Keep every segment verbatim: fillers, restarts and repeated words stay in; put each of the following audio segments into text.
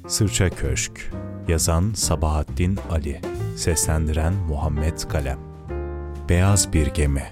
Sırça Köşk. Yazan Sabahattin Ali. Seslendiren Muhammed Kalem. Beyaz bir gemi.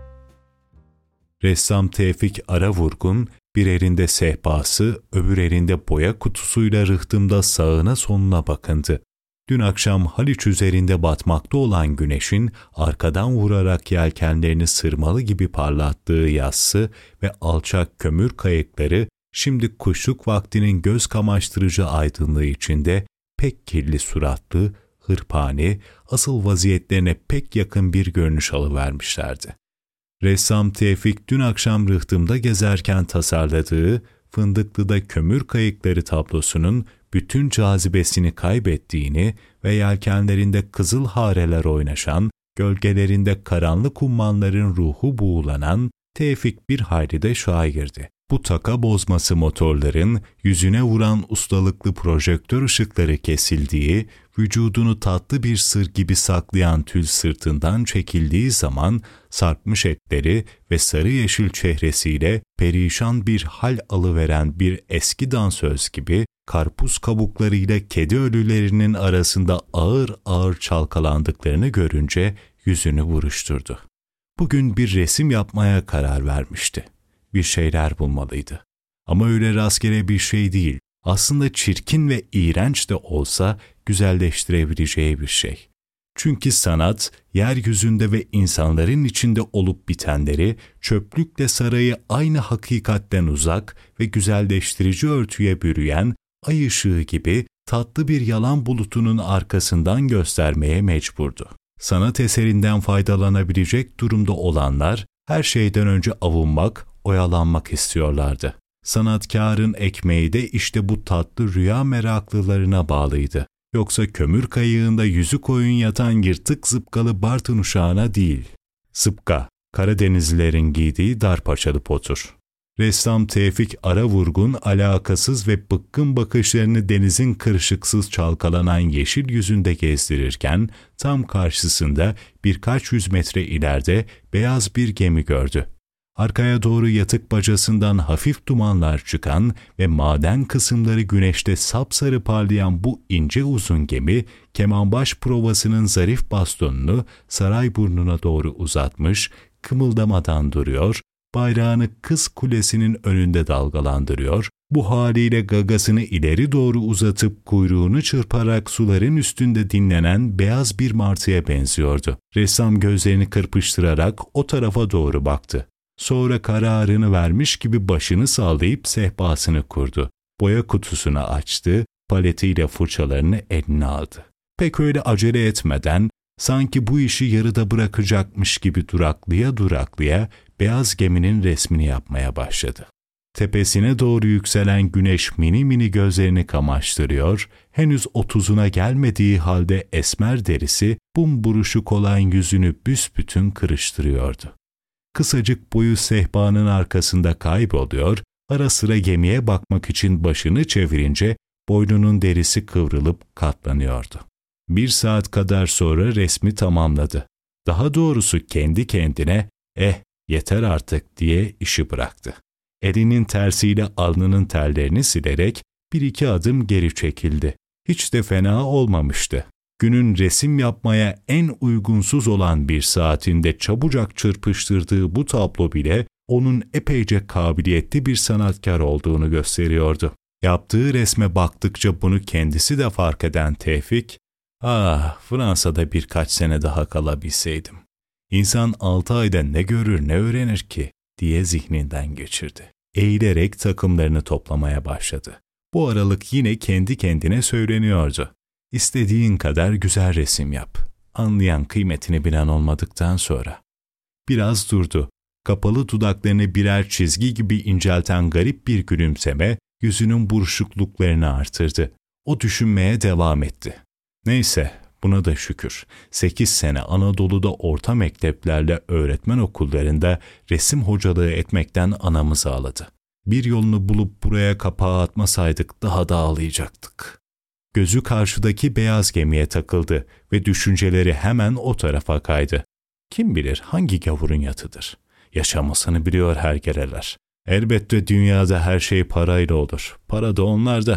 Ressam Tevfik Aravurgun, bir elinde sehpası, öbür elinde boya kutusuyla rıhtımda sağına soluna bakındı. Dün akşam Haliç üzerinde batmakta olan güneşin arkadan vurarak yelkenlerini sırmalı gibi parlattığı yassı ve alçak kömür kayıkları, şimdi kuşluk vaktinin göz kamaştırıcı aydınlığı içinde pek kirli suratlı, hırpani, asıl vaziyetlerine pek yakın bir görünüş alıvermişlerdi. Ressam Tevfik dün akşam rıhtımda gezerken tasarladığı Fındıklı'da kömür kayıkları tablosunun bütün cazibesini kaybettiğini ve yelkenlerinde kızıl hareler oynaşan, gölgelerinde karanlık ummanların ruhu buğulanan Tevfik bir hayli de şairdi. Bu taka bozması motorların yüzüne vuran ustalıklı projektör ışıkları kesildiği, vücudunu tatlı bir sır gibi saklayan tül sırtından çekildiği zaman sarkmış etleri ve sarı yeşil çehresiyle perişan bir hal alıveren bir eski dansöz gibi karpuz kabuklarıyla kedi ölülerinin arasında ağır ağır çalkalandıklarını görünce yüzünü buruşturdu. Bugün bir resim yapmaya karar vermişti. Bir şeyler bulmalıydı. Ama öyle rastgele bir şey değil. Aslında çirkin ve iğrenç de olsa güzelleştirebileceği bir şey. Çünkü sanat, yeryüzünde ve insanların içinde olup bitenleri, çöplükle sarayı aynı hakikatten uzak ve güzelleştirici örtüye bürüyen ay ışığı gibi tatlı bir yalan bulutunun arkasından göstermeye mecburdu. Sanat eserinden faydalanabilecek durumda olanlar, her şeyden önce avunmak, oyalanmak istiyorlardı. Sanatkarın ekmeği de işte bu tatlı rüya meraklılarına bağlıydı. Yoksa kömür kayığında yüzü koyun yatan yırtık zıpkalı Bartın uşağına değil. Zıpka, Karadenizlilerin giydiği dar paçalı potur. Ressam Tevfik Aravurgun alakasız ve bıkkın bakışlarını denizin kırışıksız çalkalanan yeşil yüzünde gezdirirken tam karşısında birkaç yüz metre ileride beyaz bir gemi gördü. Arkaya doğru yatık bacasından hafif dumanlar çıkan ve maden kısımları güneşte sapsarı parlayan bu ince uzun gemi, Kemanbaş provasının zarif bastonunu Sarayburnu'na doğru uzatmış, kımıldamadan duruyor, bayrağını Kız Kulesi'nin önünde dalgalandırıyor, bu haliyle gagasını ileri doğru uzatıp kuyruğunu çırparak suların üstünde dinlenen beyaz bir martıya benziyordu. Ressam gözlerini kırpıştırarak o tarafa doğru baktı. Sonra kararını vermiş gibi başını sallayıp sehpasını kurdu. Boya kutusunu açtı, paletiyle fırçalarını eline aldı. Pek öyle acele etmeden, sanki bu işi yarıda bırakacakmış gibi duraklaya duraklaya beyaz geminin resmini yapmaya başladı. Tepesine doğru yükselen güneş mini mini gözlerini kamaştırıyor, henüz otuzuna gelmediği halde esmer derisi bumburuşuk olan yüzünü büsbütün kırıştırıyordu. Kısacık boyu sehpanın arkasında kayboluyor, ara sıra gemiye bakmak için başını çevirince boynunun derisi kıvrılıp katlanıyordu. Bir saat kadar sonra resmi tamamladı. Daha doğrusu kendi kendine, eh yeter artık diye işi bıraktı. Elinin tersiyle alnının terlerini silerek bir iki adım geri çekildi. Hiç de fena olmamıştı. Günün resim yapmaya en uygunsuz olan bir saatinde çabucak çırpıştırdığı bu tablo bile onun epeyce kabiliyetli bir sanatkar olduğunu gösteriyordu. Yaptığı resme baktıkça bunu kendisi de fark eden Tevfik, "Ah, Fransa'da birkaç sene daha kalabilseydim. İnsan altı ayda ne görür ne öğrenir ki?" diye zihninden geçirdi. Eğilerek takımlarını toplamaya başladı. Bu aralık yine kendi kendine söyleniyordu. İstediğin kadar güzel resim yap. Anlayan, kıymetini bilen olmadıktan sonra. Biraz durdu. Kapalı dudaklarını birer çizgi gibi incelten garip bir gülümseme yüzünün buruşukluklarını artırdı. O düşünmeye devam etti. Neyse, buna da şükür. Sekiz sene Anadolu'da orta mekteplerle öğretmen okullarında resim hocalığı etmekten anamız ağladı. Bir yolunu bulup buraya kapağı atmasaydık daha da ağlayacaktık. Gözü karşıdaki beyaz gemiye takıldı ve düşünceleri hemen o tarafa kaydı. Kim bilir hangi gavurun yatıdır? Yaşamasını biliyor hergeleler. Elbette dünyada her şey parayla olur. Para da onlarda.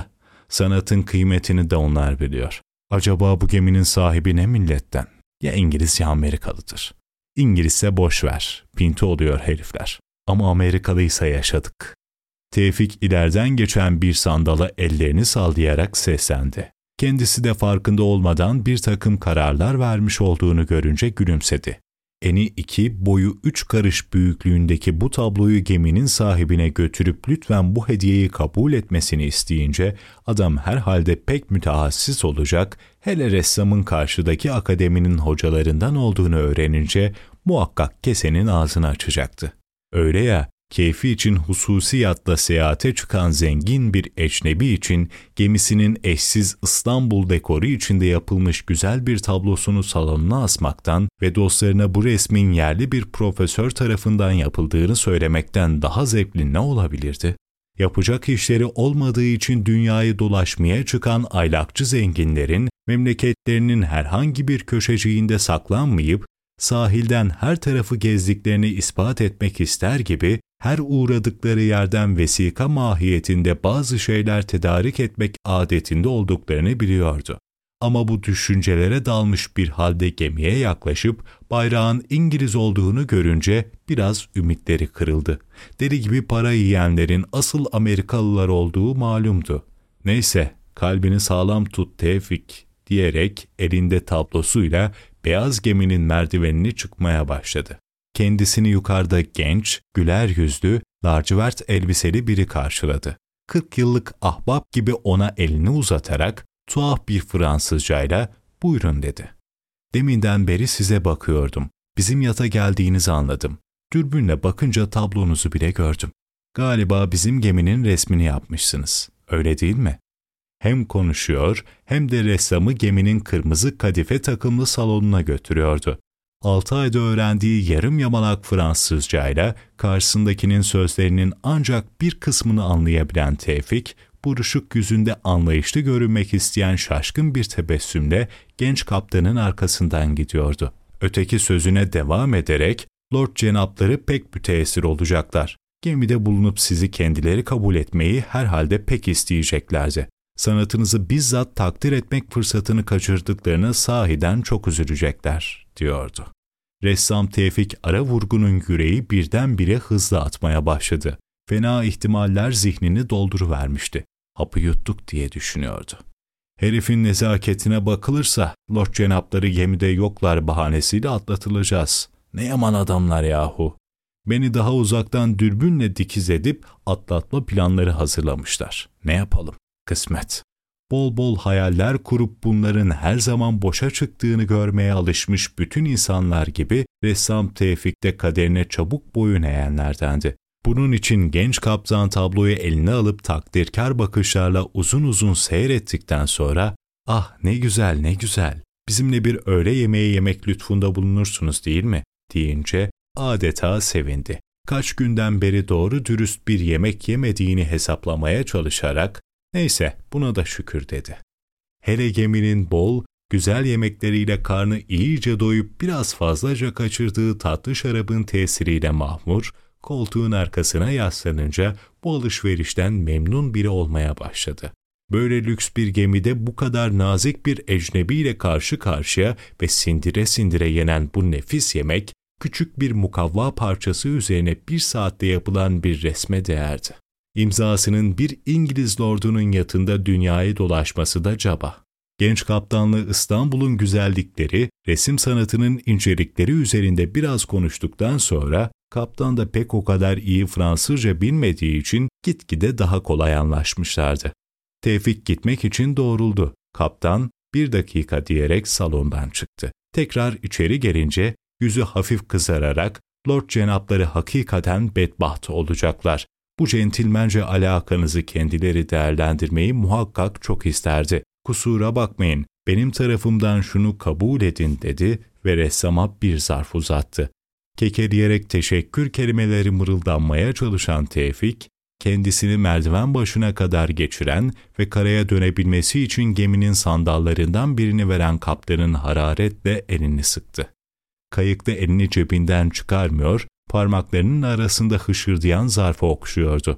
Sanatın kıymetini de onlar biliyor. Acaba bu geminin sahibi ne milletten? Ya İngiliz ya Amerikalıdır. İngilizse boş ver, pinti oluyor herifler. Ama Amerikalıysa yaşadık. Tevfik ileriden geçen bir sandala ellerini sallayarak seslendi. Kendisi de farkında olmadan bir takım kararlar vermiş olduğunu görünce gülümsedi. Eni iki, boyu üç karış büyüklüğündeki bu tabloyu geminin sahibine götürüp lütfen bu hediyeyi kabul etmesini isteyince adam herhalde pek mütehassıs olacak, hele ressamın karşıdaki akademinin hocalarından olduğunu öğrenince muhakkak kesenin ağzını açacaktı. Öyle ya, keyfi için hususi yatla seyahate çıkan zengin bir ecnebi için gemisinin eşsiz İstanbul dekoru içinde yapılmış güzel bir tablosunu salonuna asmaktan ve dostlarına bu resmin yerli bir profesör tarafından yapıldığını söylemekten daha zevkli ne olabilirdi? Yapacak işleri olmadığı için dünyayı dolaşmaya çıkan aylakçı zenginlerin memleketlerinin herhangi bir köşeciğinde saklanmayıp sahilden her tarafı gezdiklerini ispat etmek ister gibi her uğradıkları yerden vesika mahiyetinde bazı şeyler tedarik etmek adetinde olduklarını biliyordu. Ama bu düşüncelere dalmış bir halde gemiye yaklaşıp bayrağın İngiliz olduğunu görünce biraz ümitleri kırıldı. Deli gibi para yiyenlerin asıl Amerikalılar olduğu malumdu. Neyse, kalbini sağlam tut Tevfik diyerek elinde tablosuyla beyaz geminin merdivenini çıkmaya başladı. Kendisini yukarıda genç, güler yüzlü, lacivert elbiseli biri karşıladı. Kırk yıllık ahbap gibi ona elini uzatarak tuhaf bir Fransızcayla "Buyurun" dedi. "Deminden beri size bakıyordum. Bizim yata geldiğinizi anladım. Dürbünle bakınca tablonuzu bile gördüm. Galiba bizim geminin resmini yapmışsınız. Öyle değil mi?" Hem konuşuyor hem de ressamı geminin kırmızı kadife takımlı salonuna götürüyordu. Altı ayda öğrendiği yarım yamalak Fransızcayla karşısındakinin sözlerinin ancak bir kısmını anlayabilen Tevfik, buruşuk yüzünde anlayışlı görünmek isteyen şaşkın bir tebessümle genç kaptanın arkasından gidiyordu. Öteki sözüne devam ederek, "Lord cenapları pek müteessir olacaklar. Gemide bulunup sizi kendileri kabul etmeyi herhalde pek isteyeceklerdi. Sanatınızı bizzat takdir etmek fırsatını kaçırdıklarına sahiden çok üzülecekler," diyordu. Ressam Tevfik Aravurgun'un yüreği birdenbire hızla atmaya başladı. Fena ihtimaller zihnini dolduruvermişti. Hapı yuttuk diye düşünüyordu. Herifin nezaketine bakılırsa Lord cenapları gemide yoklar bahanesiyle atlatılacağız. Ne yaman adamlar yahu. Beni daha uzaktan dürbünle dikiz edip atlatma planları hazırlamışlar. Ne yapalım? Kısmet. Bol bol hayaller kurup bunların her zaman boşa çıktığını görmeye alışmış bütün insanlar gibi ressam Tevfik de kaderine çabuk boyun eğenlerdendi. Bunun için genç kaptan tabloyu eline alıp takdirkar bakışlarla uzun uzun seyrettikten sonra "Ah ne güzel ne güzel, bizimle bir öğle yemeği yemek lütfunda bulunursunuz değil mi?" deyince adeta sevindi. Kaç günden beri doğru dürüst bir yemek yemediğini hesaplamaya çalışarak "Neyse, buna da şükür" dedi. Hele geminin bol, güzel yemekleriyle karnı iyice doyup biraz fazlaca kaçırdığı tatlı şarabın tesiriyle mahmur, koltuğun arkasına yaslanınca bu alışverişten memnun biri olmaya başladı. Böyle lüks bir gemide bu kadar nazik bir ecnebiyle karşı karşıya ve sindire sindire yenen bu nefis yemek, küçük bir mukavva parçası üzerine bir saatte yapılan bir resme değerdi. İmzasının bir İngiliz lordunun yatında dünyayı dolaşması da caba. Genç kaptanlı İstanbul'un güzellikleri, resim sanatının incelikleri üzerinde biraz konuştuktan sonra, kaptan da pek o kadar iyi Fransızca bilmediği için gitgide daha kolay anlaşmışlardı. Tevfik gitmek için doğruldu. Kaptan, "Bir dakika" diyerek salondan çıktı. Tekrar içeri gelince, yüzü hafif kızararak, "Lord cenapları hakikaten bedbaht olacaklar. Bu centilmence alakanızı kendileri değerlendirmeyi muhakkak çok isterdi. Kusura bakmayın, benim tarafımdan şunu kabul edin" dedi ve ressama bir zarf uzattı. Kekeleyerek teşekkür kelimeleri mırıldanmaya çalışan Tevfik, kendisini merdiven başına kadar geçiren ve karaya dönebilmesi için geminin sandallarından birini veren kaptanın hararetle elini sıktı. Kayıkta elini cebinden çıkarmıyor, parmaklarının arasında hışırdayan zarfı okşuyordu.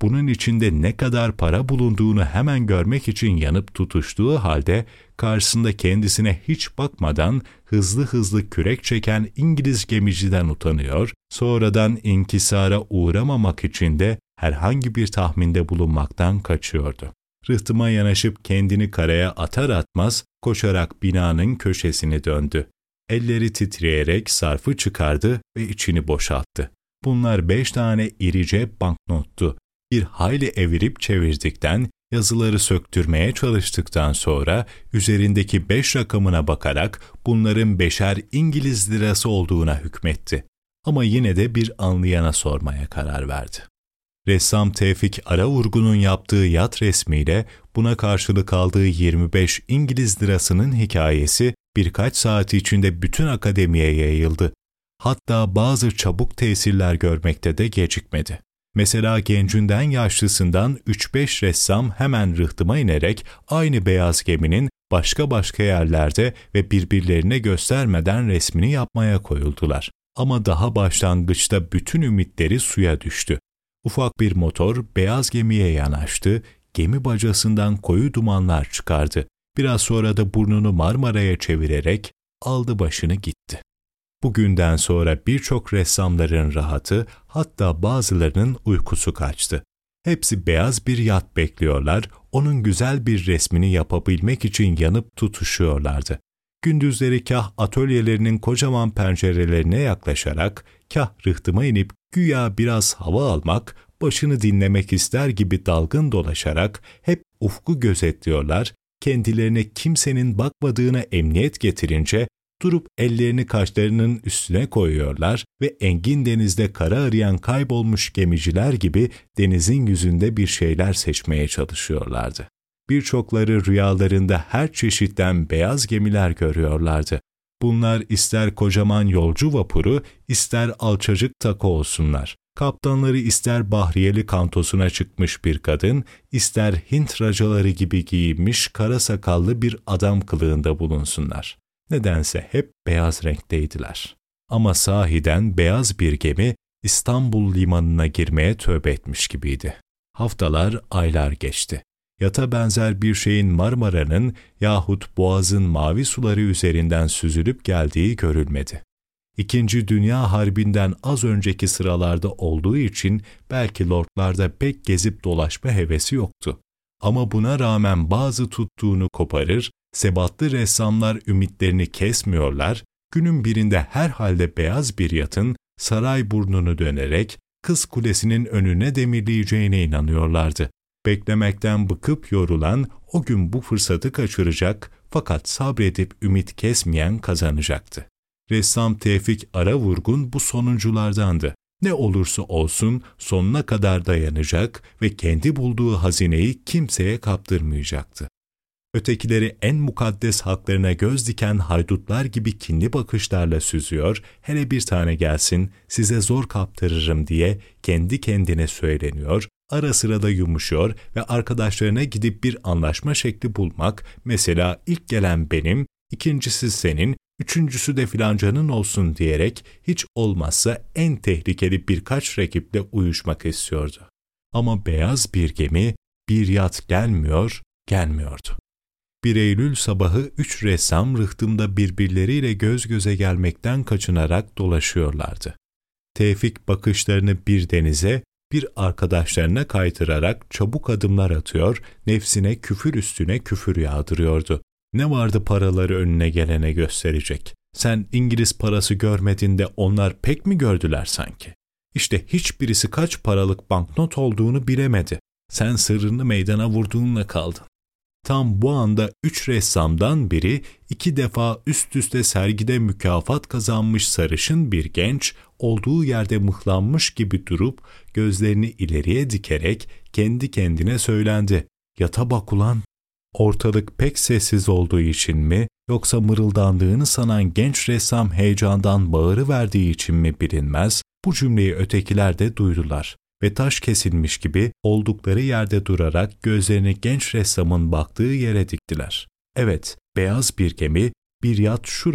bunun içinde ne kadar para bulunduğunu hemen görmek için yanıp tutuştuğu halde karşısında kendisine hiç bakmadan hızlı hızlı kürek çeken İngiliz gemiciden utanıyor, sonradan inkisara uğramamak için de herhangi bir tahminde bulunmaktan kaçıyordu. Rıhtıma yanaşıp kendini karaya atar atmaz koşarak binanın köşesine döndü. Elleri titreyerek sarfı çıkardı ve içini boşalttı. Bunlar beş tane irice banknottu. Bir hayli evirip çevirdikten, yazıları söktürmeye çalıştıktan sonra üzerindeki beş rakamına bakarak bunların beşer İngiliz lirası olduğuna hükmetti. Ama yine de bir anlayana sormaya karar verdi. Ressam Tevfik Aravurgun'un yaptığı yat resmiyle buna karşılık aldığı yirmi beş İngiliz lirasının hikayesi birkaç saat içinde bütün akademiye yayıldı. Hatta bazı çabuk tesirler görmekte de gecikmedi. Mesela gencinden yaşlısından üç beş ressam hemen rıhtıma inerek aynı beyaz geminin başka başka yerlerde ve birbirlerine göstermeden resmini yapmaya koyuldular. Ama daha başlangıçta bütün ümitleri suya düştü. Ufak bir motor beyaz gemiye yanaştı, gemi bacasından koyu dumanlar çıkardı. Biraz sonra da burnunu Marmara'ya çevirerek aldı başını gitti. Bugünden sonra birçok ressamların rahatı, hatta bazılarının uykusu kaçtı. Hepsi beyaz bir yat bekliyorlar, onun güzel bir resmini yapabilmek için yanıp tutuşuyorlardı. Gündüzleri kah atölyelerinin kocaman pencerelerine yaklaşarak, kah rıhtıma inip güya biraz hava almak, başını dinlemek ister gibi dalgın dolaşarak hep ufku gözetliyorlar, kendilerine kimsenin bakmadığına emniyet getirince durup ellerini kaşlarının üstüne koyuyorlar ve engin denizde kara arayan kaybolmuş gemiciler gibi denizin yüzünde bir şeyler seçmeye çalışıyorlardı. Birçokları rüyalarında her çeşitten beyaz gemiler görüyorlardı. Bunlar ister kocaman yolcu vapuru, ister alçacık takı olsunlar. Kaptanları ister bahriyeli kantosuna çıkmış bir kadın, ister Hint racaları gibi giyinmiş kara sakallı bir adam kılığında bulunsunlar. Nedense hep beyaz renkteydiler. Ama sahiden beyaz bir gemi İstanbul limanına girmeye tövbe etmiş gibiydi. Haftalar, aylar geçti. Yata benzer bir şeyin Marmara'nın yahut Boğaz'ın mavi suları üzerinden süzülüp geldiği görülmedi. İkinci Dünya Harbi'nden az önceki sıralarda olduğu için belki lordlarda pek gezip dolaşma hevesi yoktu. Ama buna rağmen bazı tuttuğunu koparır, sebatlı ressamlar ümitlerini kesmiyorlar, günün birinde herhalde beyaz bir yatın saray burnunu dönerek Kız Kulesi'nin önüne demirleyeceğine inanıyorlardı. Beklemekten bıkıp yorulan o gün bu fırsatı kaçıracak fakat sabredip ümit kesmeyen kazanacaktı. Ressam Tevfik Aravurgun bu sonunculardandı. Ne olursa olsun sonuna kadar dayanacak ve kendi bulduğu hazineyi kimseye kaptırmayacaktı. Ötekileri en mukaddes haklarına göz diken haydutlar gibi kinli bakışlarla süzüyor, hele bir tane gelsin size zor kaptırırım diye kendi kendine söyleniyor, ara sıra da yumuşuyor ve arkadaşlarına gidip bir anlaşma şekli bulmak, mesela ilk gelen benim, ikincisi senin, üçüncüsü de filancanın olsun diyerek hiç olmazsa en tehlikeli birkaç rakiple uyuşmak istiyordu. Ama beyaz bir gemi, bir yat gelmiyor, gelmiyordu. bir Eylül sabahı üç ressam rıhtımda birbirleriyle göz göze gelmekten kaçınarak dolaşıyorlardı. Tevfik bakışlarını bir denize, bir arkadaşlarına kaydırarak çabuk adımlar atıyor, nefsine küfür üstüne küfür yağdırıyordu. Ne vardı paraları önüne gelene gösterecek? Sen İngiliz parası görmedin de onlar pek mi gördüler sanki? İşte hiçbirisi kaç paralık banknot olduğunu bilemedi. Sen sırrını meydana vurduğunla kaldın. Tam bu anda üç ressamdan biri iki defa üst üste sergide mükafat kazanmış sarışın bir genç olduğu yerde mıhlanmış gibi durup gözlerini ileriye dikerek kendi kendine söylendi. Yata bak ulan! Ortalık pek sessiz olduğu için mi yoksa mırıldandığını sanan genç ressam heyecandan bağırıverdiği için mi bilinmez, bu cümleyi ötekiler de duydular. Ve taş kesilmiş gibi oldukları yerde durarak gözlerini genç ressamın baktığı yere diktiler. Evet, beyaz bir gemi, bir yat şurada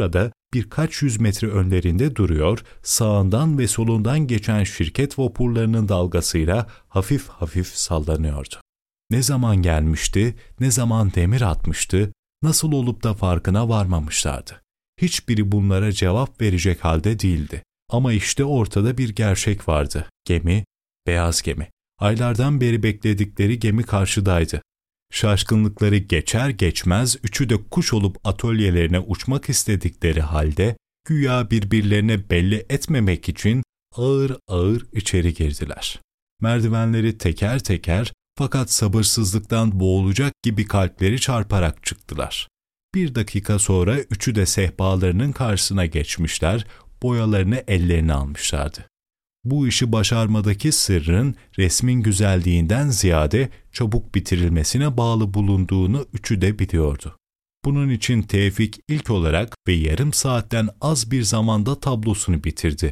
birkaç yüz metre önlerinde duruyor, sağından ve solundan geçen şirket vapurlarının dalgasıyla hafif hafif sallanıyordu. Ne zaman gelmişti, ne zaman demir atmıştı, nasıl olup da farkına varmamışlardı. Hiçbiri bunlara cevap verecek halde değildi. Ama işte ortada bir gerçek vardı. Gemi, beyaz gemi. Aylardan beri bekledikleri gemi karşıdaydı. Şaşkınlıkları geçer geçmez üçü de kuş olup atölyelerine uçmak istedikleri halde güya birbirlerine belli etmemek için ağır ağır içeri girdiler. Merdivenleri teker teker fakat sabırsızlıktan boğulacak gibi kalpleri çarparak çıktılar. Bir dakika sonra üçü de sehpalarının karşısına geçmişler, boyalarını ellerine almışlardı. Bu işi başarmadaki sırrın resmin güzelliğinden ziyade çabuk bitirilmesine bağlı bulunduğunu üçü de biliyordu. Bunun için Tevfik ilk olarak ve yarım saatten az bir zamanda tablosunu bitirdi.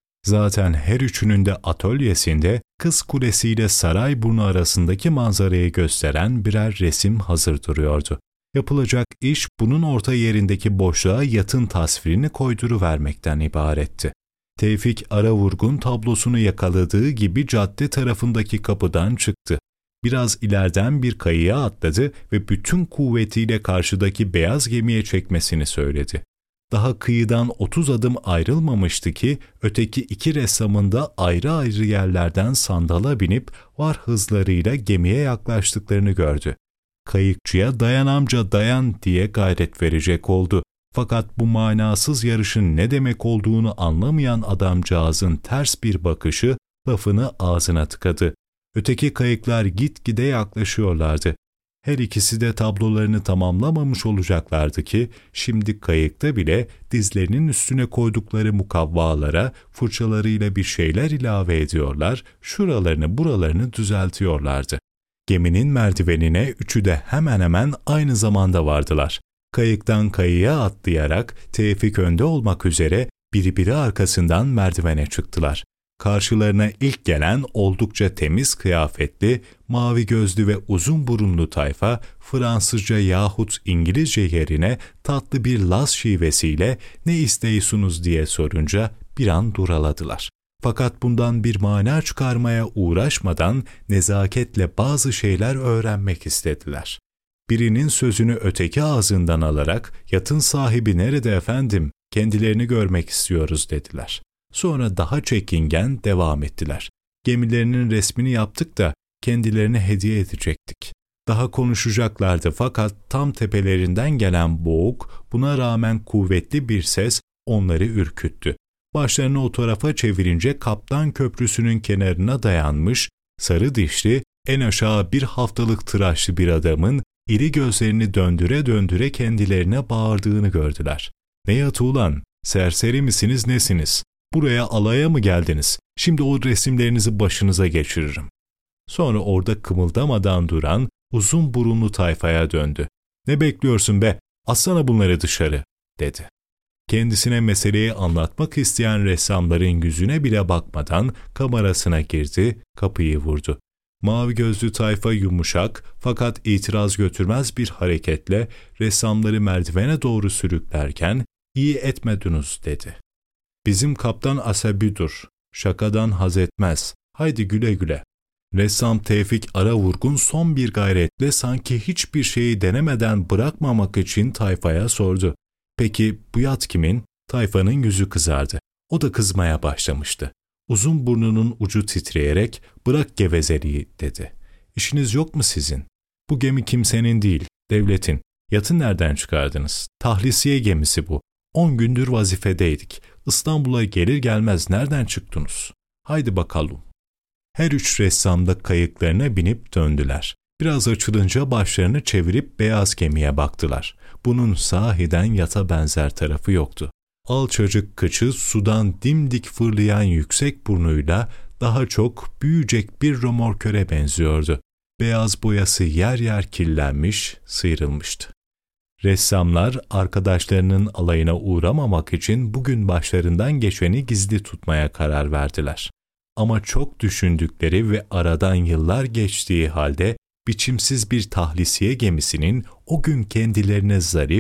Zaten her üçünün de atölyesinde Kız Kulesi ile Sarayburnu arasındaki manzarayı gösteren birer resim hazır duruyordu. Yapılacak iş bunun orta yerindeki boşluğa yatın tasvirini koyduruvermekten ibaretti. Tevfik Aravurgun tablosunu yakaladığı gibi cadde tarafındaki kapıdan çıktı. Biraz ileriden bir kayıya atladı ve bütün kuvvetiyle karşıdaki beyaz gemiye çekmesini söyledi. Daha kıyıdan otuz adım ayrılmamıştı ki öteki iki ressamın da ayrı ayrı yerlerden sandala binip var hızlarıyla gemiye yaklaştıklarını gördü. Kayıkçıya "Dayan amca dayan" diye gayret verecek oldu. Fakat bu manasız yarışın ne demek olduğunu anlamayan adamcağızın ters bir bakışı lafını ağzına tıkadı. Öteki kayıklar gitgide yaklaşıyorlardı. Her ikisi de tablolarını tamamlamamış olacaklardı ki şimdi kayıkta bile dizlerinin üstüne koydukları mukavvalara fırçalarıyla bir şeyler ilave ediyorlar, şuralarını buralarını düzeltiyorlardı. Geminin merdivenine üçü de hemen hemen aynı zamanda vardılar. Kayıktan kayığa atlayarak Tevfik önde olmak üzere birbiri arkasından merdivene çıktılar. Karşılarına ilk gelen oldukça temiz kıyafetli, mavi gözlü ve uzun burunlu tayfa Fransızca yahut İngilizce yerine tatlı bir Laz şivesiyle "Ne isteyisunuz?" diye sorunca bir an duraladılar. Fakat bundan bir mana çıkarmaya uğraşmadan nezaketle bazı şeyler öğrenmek istediler. Birinin sözünü öteki ağzından alarak "Yatın sahibi nerede efendim? Kendilerini görmek istiyoruz" dediler. Sonra daha çekingen devam ettiler. Gemilerinin resmini yaptık da kendilerine hediye edecektik. Daha konuşacaklardı fakat tam tepelerinden gelen boğuk, buna rağmen kuvvetli bir ses onları ürküttü. Başlarını o tarafa çevirince Kaptan Köprüsü'nün kenarına dayanmış, sarı dişli, en aşağı bir haftalık tıraşlı bir adamın iri gözlerini döndüre döndüre kendilerine bağırdığını gördüler. "Ne yatı ulan? Serseri misiniz nesiniz? Buraya alaya mı geldiniz? Şimdi o resimlerinizi başınıza geçiririm." Sonra orada kımıldamadan duran uzun burunlu tayfaya döndü. "Ne bekliyorsun be? Atsana bunları dışarı," dedi. Kendisine meseleyi anlatmak isteyen ressamların yüzüne bile bakmadan kamerasına girdi, kapıyı vurdu. Mavi gözlü tayfa yumuşak fakat itiraz götürmez bir hareketle ressamları merdivene doğru sürüklerken "İyi etmediniz," dedi. "Bizim kaptan asabidur, şakadan haz etmez, haydi güle güle." Ressam Tevfik Aravurgun son bir gayretle sanki hiçbir şeyi denemeden bırakmamak için tayfaya sordu. "Peki bu yat kimin?" Tayfanın yüzü kızardı. O da kızmaya başlamıştı. Uzun burnunun ucu titreyerek "Bırak gevezeliği," dedi. "İşiniz yok mu sizin? Bu gemi kimsenin değil, devletin. Yatı nereden çıkardınız? Tahlisiye gemisi bu. On gündür vazifedeydik. İstanbul'a gelir gelmez nereden çıktınız? Haydi bakalım." Her üç ressam da kayıklarına binip döndüler. Biraz açılınca başlarını çevirip beyaz gemiye baktılar. Bunun sahiden yata benzer tarafı yoktu. Alçacık kıçı sudan dimdik fırlayan yüksek burnuyla daha çok büyüyecek bir römorköre benziyordu. Beyaz boyası yer yer kirlenmiş, sıyrılmıştı. Ressamlar arkadaşlarının alayına uğramamak için bugün başlarından geçeni gizli tutmaya karar verdiler. Ama çok düşündükleri ve aradan yıllar geçtiği halde biçimsiz bir tahlisiye gemisinin o gün kendilerine zarif,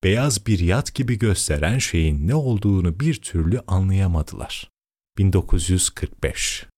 beyaz bir yat gibi gösteren şeyin ne olduğunu bir türlü anlayamadılar. bin dokuz yüz kırk beş